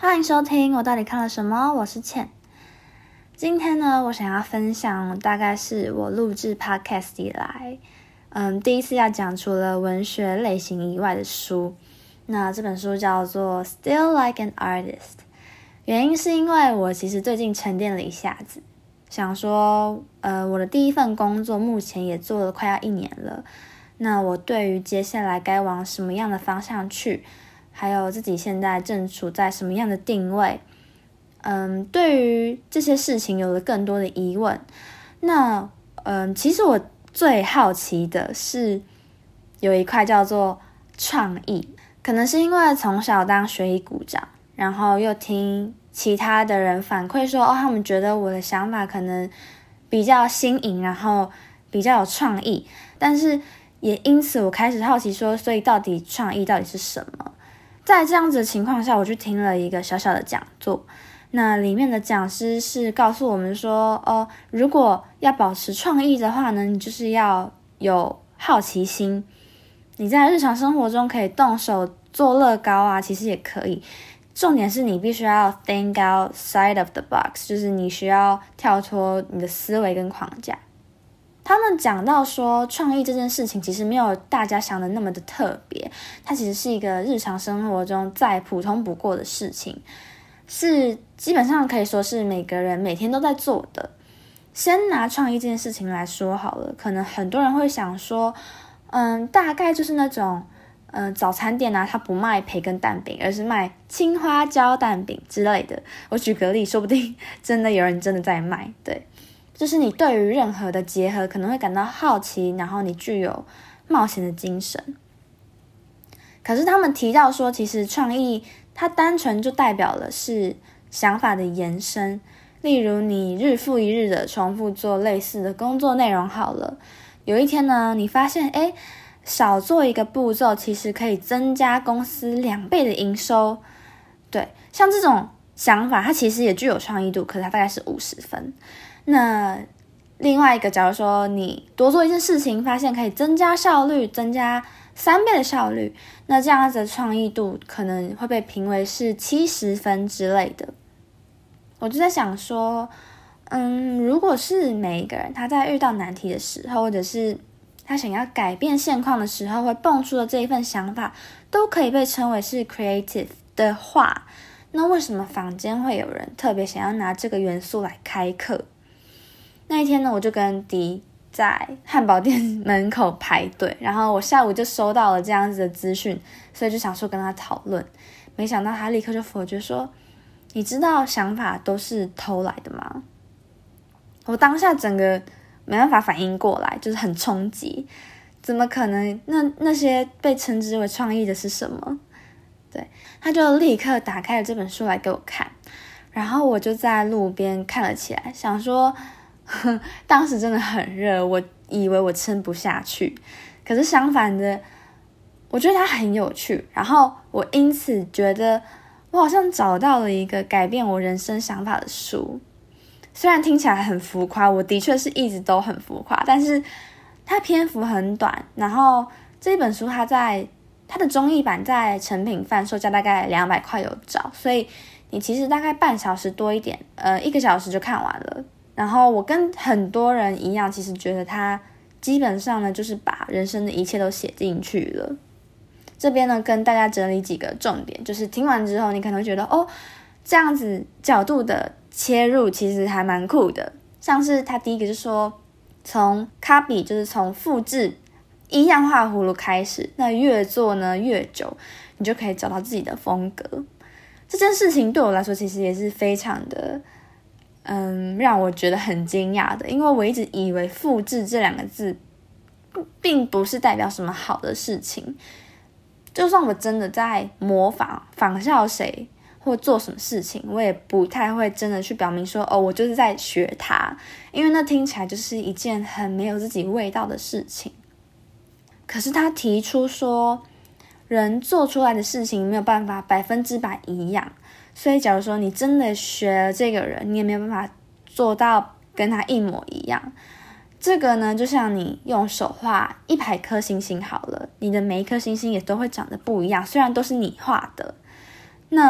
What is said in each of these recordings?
欢迎收听我到底看了什么，我是倩。今天呢，我想要分享大概是我录制 podcast 以来第一次要讲除了文学类型以外的书。那这本书叫做 Still Like an Artist， 原因是因为我其实最近沉淀了一下子，想说我的第一份工作目前也做了快要1年了，那我对于接下来该往什么样的方向去，还有自己现在正处在什么样的定位，对于这些事情有了更多的疑问。那其实我最好奇的是有一块叫做创意，可能是因为从小当学艺股长，然后又听其他的人反馈说他们觉得我的想法可能比较新颖，然后比较有创意，但是也因此我开始好奇说，所以到底创意到底是什么？在这样子的情况下，我去听了一个小小的讲座，那里面的讲师是告诉我们说如果要保持创意的话呢，你就是要有好奇心，你在日常生活中可以动手做乐高啊，其实也可以，重点是你必须要 think outside of the box， 就是你需要跳脱你的思维跟框架。他们讲到说，创意这件事情其实没有大家想的那么的特别，它其实是一个日常生活中再普通不过的事情，是基本上可以说是每个人每天都在做的。先拿创意这件事情来说好了，可能很多人会想说大概就是那种早餐店啊，它不卖培根蛋饼，而是卖青花椒蛋饼之类的。我举个例，说不定真的有人真的在卖。对，就是你对于任何的结合可能会感到好奇，然后你具有冒险的精神。可是他们提到说，其实创意它单纯就代表了是想法的延伸，例如你日复一日的重复做类似的工作内容好了，有一天呢，你发现少做一个步骤其实可以增加公司2倍的营收。对，像这种想法它其实也具有创意度，可是它大概是50分。那另外一个，假如说你多做一件事情，发现可以增加效率，增加3倍的效率，那这样子的创意度可能会被评为是70分之类的。我就在想说如果是每一个人他在遇到难题的时候，或者是他想要改变现况的时候会蹦出的这一份想法都可以被称为是 creative 的话，那为什么坊间会有人特别想要拿这个元素来开课？那一天呢，我就跟迪在汉堡店门口排队，然后我下午就收到了这样子的资讯，所以就想说跟他讨论，没想到他立刻就否决说，你知道想法都是偷来的吗？我当下整个没办法反应过来，就是很冲击，怎么可能？那些被称之为创意的是什么？对，他就立刻打开了这本书来给我看，然后我就在路边看了起来，想说当时真的很热，我以为我撑不下去，可是相反的，我觉得它很有趣，然后我因此觉得我好像找到了一个改变我人生想法的书。虽然听起来很浮夸，我的确是一直都很浮夸，但是它篇幅很短，然后这本书它的中译版在成品贩售价大概200块有找，所以你其实大概半小时多一点，1个小时就看完了。然后我跟很多人一样，其实觉得他基本上呢就是把人生的一切都写进去了。这边呢跟大家整理几个重点，就是听完之后你可能会觉得这样子角度的切入其实还蛮酷的。像是他第一个就说从 copy 就是从复制一样画葫芦开始，那越做呢越久，你就可以找到自己的风格。这件事情对我来说其实也是非常的让我觉得很惊讶的，因为我一直以为复制这2个字并不是代表什么好的事情，就算我真的在仿效谁或做什么事情，我也不太会真的去表明说我就是在学他，因为那听起来就是一件很没有自己味道的事情。可是他提出说，人做出来的事情没有办法100%一样，所以假如说你真的学了这个人，你也没有办法做到跟他一模一样。这个呢就像你用手画100颗星星好了，你的每一颗星星也都会长得不一样，虽然都是你画的。那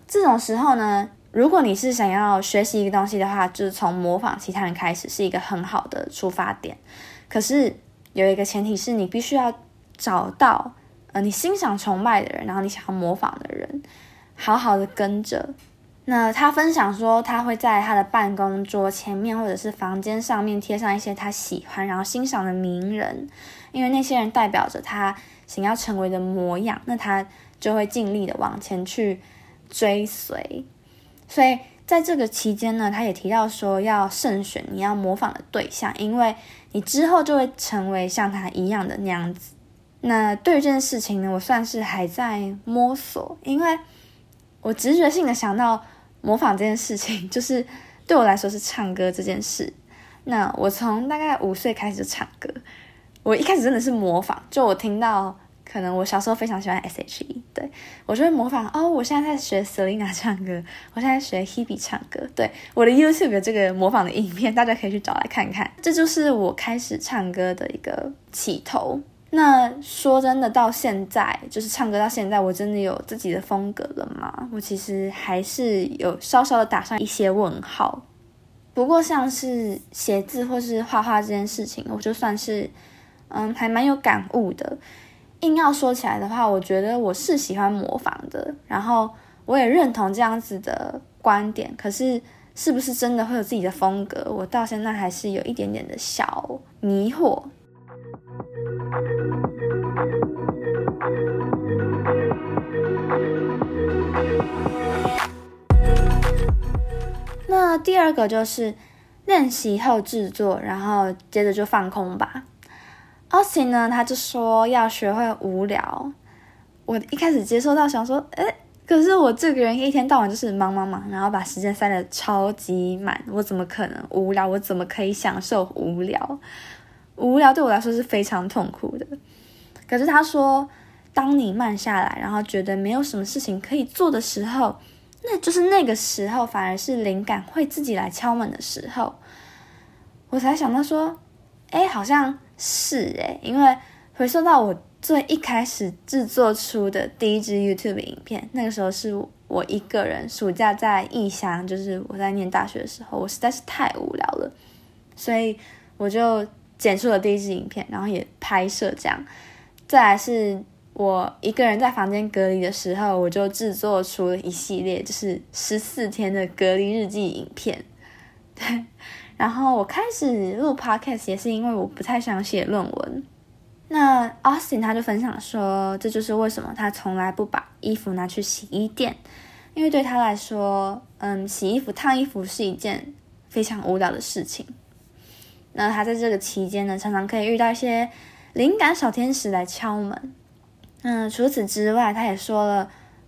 这种时候呢，如果你是想要学习一个东西的话，就是从模仿其他人开始是一个很好的出发点。可是有一个前提是你必须要找到你欣赏崇拜的人，然后你想要模仿的人，好好的跟着。那他分享说，他会在他的办公桌前面或者是房间上面贴上一些他喜欢然后欣赏的名人，因为那些人代表着他想要成为的模样，那他就会尽力的往前去追随。所以在这个期间呢，他也提到说要慎选你要模仿的对象，因为你之后就会成为像他一样的那样子。那对于这件事情呢，我算是还在摸索，因为我直觉性的想到模仿这件事情，就是对我来说是唱歌这件事。那我从大概5岁开始就唱歌，我一开始真的是模仿，就我听到可能我小时候非常喜欢 S.H.E， 对，我就会模仿我现在在学 Selina 唱歌，我现在学 Hebe 唱歌，对，我的 YouTube 有这个模仿的影片，大家可以去找来看看。这就是我开始唱歌的一个起头。那说真的，到现在就是唱歌到现在，我真的有自己的风格了吗？我其实还是有稍稍的打上一些问号。不过像是写字或是画画这件事情，我就算是还蛮有感悟的。硬要说起来的话，我觉得我是喜欢模仿的，然后我也认同这样子的观点，可是是不是真的会有自己的风格，我到现在还是有一点点的小迷惑。那第二个就是练习后制作，然后接着就放空吧。Austin 呢，他就说要学会无聊。我一开始接受到想说，可是我这个人一天到晚就是忙，然后把时间塞得超级满，我怎么可能无聊？我怎么可以享受无聊？无聊对我来说是非常痛苦的。可是他说，当你慢下来，然后觉得没有什么事情可以做的时候，那就是那个时候反而是灵感会自己来敲门的时候。我才想到说，好像是因为回溯到我最一开始制作出的第一支 YouTube 影片，那个时候是我一个人暑假在异乡，就是我在念大学的时候，我实在是太无聊了，所以我就剪出了第一支影片，然后也拍摄这样。再来是我一个人在房间隔离的时候，我就制作出了一系列就是14天的隔离日记影片。对，然后我开始录 podcast 也是因为我不太想写论文。那 Austin 他就分享说，这就是为什么他从来不把衣服拿去洗衣店，因为对他来说洗衣服烫衣服是一件非常无聊的事情。那他在这个期间呢，常常可以遇到一些灵感小天使来敲门。除此之外，他也说了，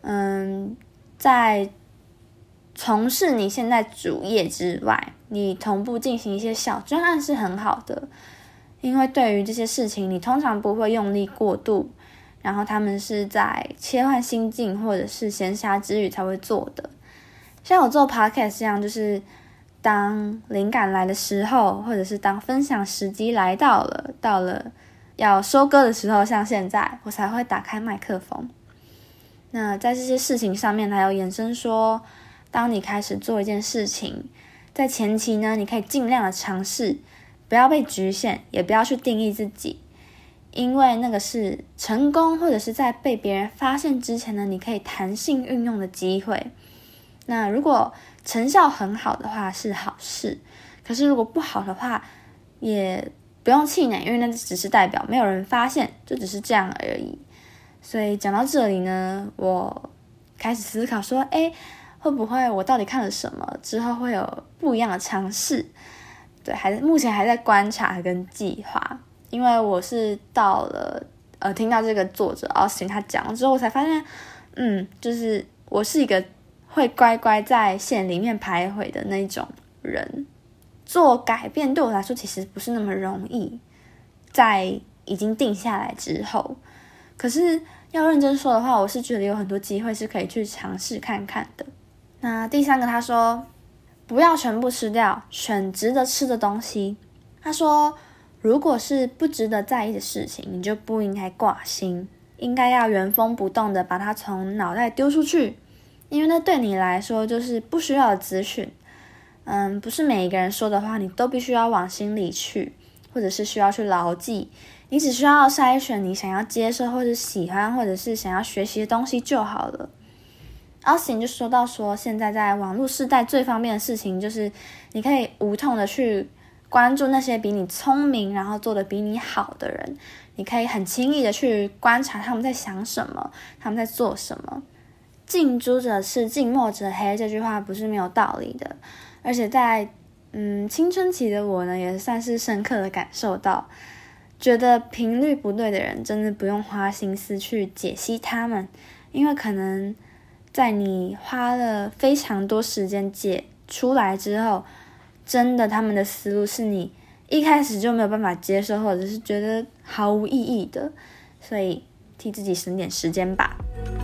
在从事你现在主业之外，你同步进行一些小专案是很好的，因为对于这些事情，你通常不会用力过度，然后他们是在切换心境或者是闲暇之余才会做的。像我做 podcast 这样，就是当灵感来的时候，或者是当分享时机来到了要收割的时候，像现在我才会打开麦克风。那在这些事情上面还有衍生说，当你开始做一件事情，在前期呢，你可以尽量的尝试，不要被局限，也不要去定义自己，因为那个是成功或者是在被别人发现之前呢，你可以弹性运用的机会。那如果成效很好的话是好事，可是如果不好的话也不用气馁，因为那只是代表没有人发现，就只是这样而已。所以讲到这里呢，我开始思考说，会不会我到底看了什么之后会有不一样的尝试？对，目前还在观察跟计划，因为我是到了听到这个作者 Austin 他讲了之后，我才发现，就是我是一个会乖乖在线里面徘徊的那种人。做改变对我来说其实不是那么容易，在已经定下来之后，可是要认真说的话，我是觉得有很多机会是可以去尝试看看的。那第三个他说，不要全部吃掉，选值得吃的东西。他说，如果是不值得在意的事情，你就不应该挂心，应该要原封不动的把它从脑袋丢出去。 因为那对你来说就是不需要的资讯。不是每一个人说的话你都必须要往心里去，或者是需要去牢记，你只需要筛选你想要接受或者喜欢或者是想要学习的东西就好了。Austin 就说到现在在网络时代最方便的事情就是你可以无痛的去关注那些比你聪明然后做得比你好的人，你可以很轻易的去观察他们在想什么，他们在做什么。近朱者赤，近墨者黑，这句话不是没有道理的。而且在青春期的我呢，也算是深刻的感受到，觉得频率不对的人真的不用花心思去解析他们，因为可能在你花了非常多时间解出来之后，真的他们的思路是你一开始就没有办法接受，或者是觉得毫无意义的，所以替自己省点时间吧。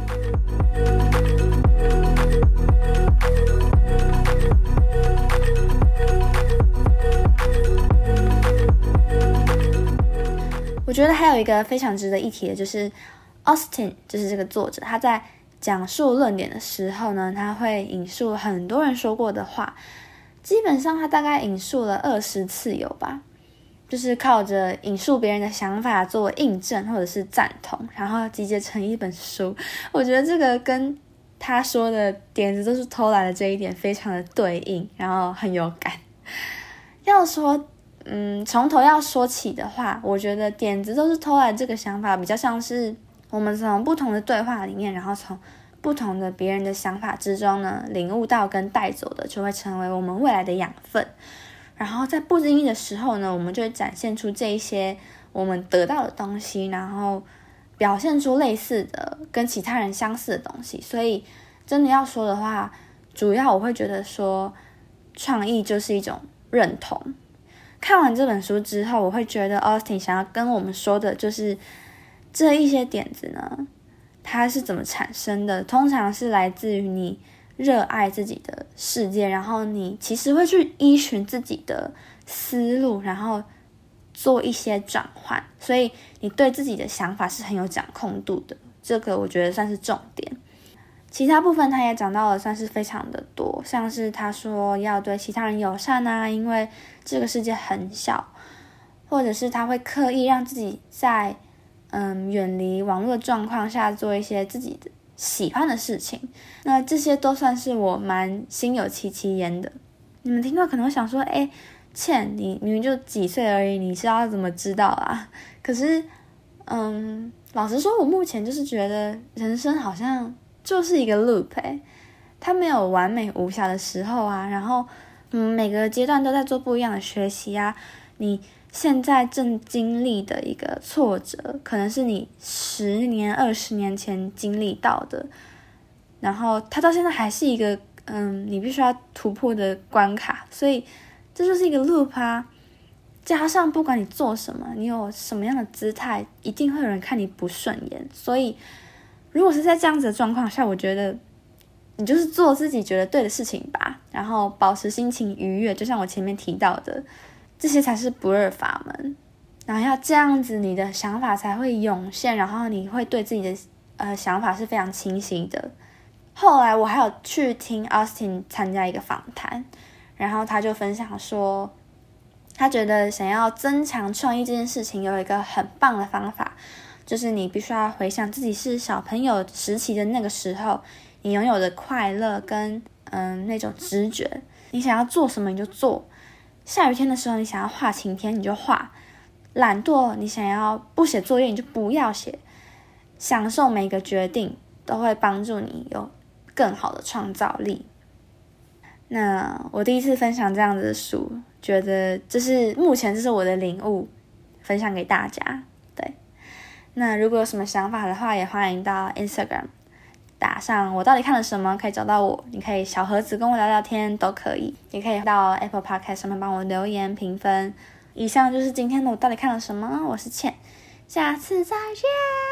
我觉得还有一个非常值得一提的，就是 Austin 就是这个作者，他在讲述论点的时候呢，他会引述很多人说过的话，基本上他大概引述了20次有吧，就是靠着引述别人的想法作为印证或者是赞同，然后集结成一本书。我觉得这个跟他说的点子都是偷来的这一点非常的对应，然后很有感。要说从头要说起的话，我觉得点子都是偷来这个想法比较像是我们从不同的对话里面，然后从不同的别人的想法之中呢，领悟到跟带走的，就会成为我们未来的养分。然后在不经意的时候呢，我们就会展现出这一些我们得到的东西，然后表现出类似的跟其他人相似的东西。所以真的要说的话，主要我会觉得说创意就是一种认同。看完这本书之后，我会觉得 Austin 想要跟我们说的就是这一些点子呢，它是怎么产生的，通常是来自于你热爱自己的世界，然后你其实会去依循自己的思路，然后做一些转换，所以你对自己的想法是很有掌控度的，这个我觉得算是重点。其他部分他也讲到了算是非常的多，像是他说要对其他人友善啊，因为这个世界很小，或者是他会刻意让自己在远离网络的状况下做一些自己的喜欢的事情，那这些都算是我蛮心有戚戚焉的。你们听到可能会想说倩你明明就几岁而已，你是要怎么知道啊？可是老实说，我目前就是觉得人生好像就是一个 loop 它没有完美无瑕的时候啊，然后每个阶段都在做不一样的学习啊。你现在正经历的一个挫折，可能是你10年、20年前经历到的，然后它到现在还是一个你必须要突破的关卡，所以这就是一个 loop 啊。加上不管你做什么，你有什么样的姿态，一定会有人看你不顺眼，所以如果是在这样子的状况下，我觉得你就是做自己觉得对的事情吧，然后保持心情愉悦，就像我前面提到的，这些才是不二法门。然后要这样子，你的想法才会涌现，然后你会对自己的想法是非常清晰的。后来我还有去听 Austin 参加一个访谈，然后他就分享说，他觉得想要增强创意这件事情有一个很棒的方法，就是你必须要回想自己是小朋友时期的那个时候，你拥有的快乐跟那种直觉，你想要做什么你就做，下雨天的时候你想要画晴天你就画，懒惰你想要不写作业你就不要写，享受每个决定都会帮助你有更好的创造力。那我第一次分享这样子的书，觉得目前这是我的领悟，分享给大家。对，那如果有什么想法的话，也欢迎到 Instagram 打上我到底看了什么，可以找到我，你可以小盒子跟我聊聊天都可以，也可以到 Apple Podcast 上面帮我留言评分。以上就是今天的我到底看了什么，我是倩，下次再见。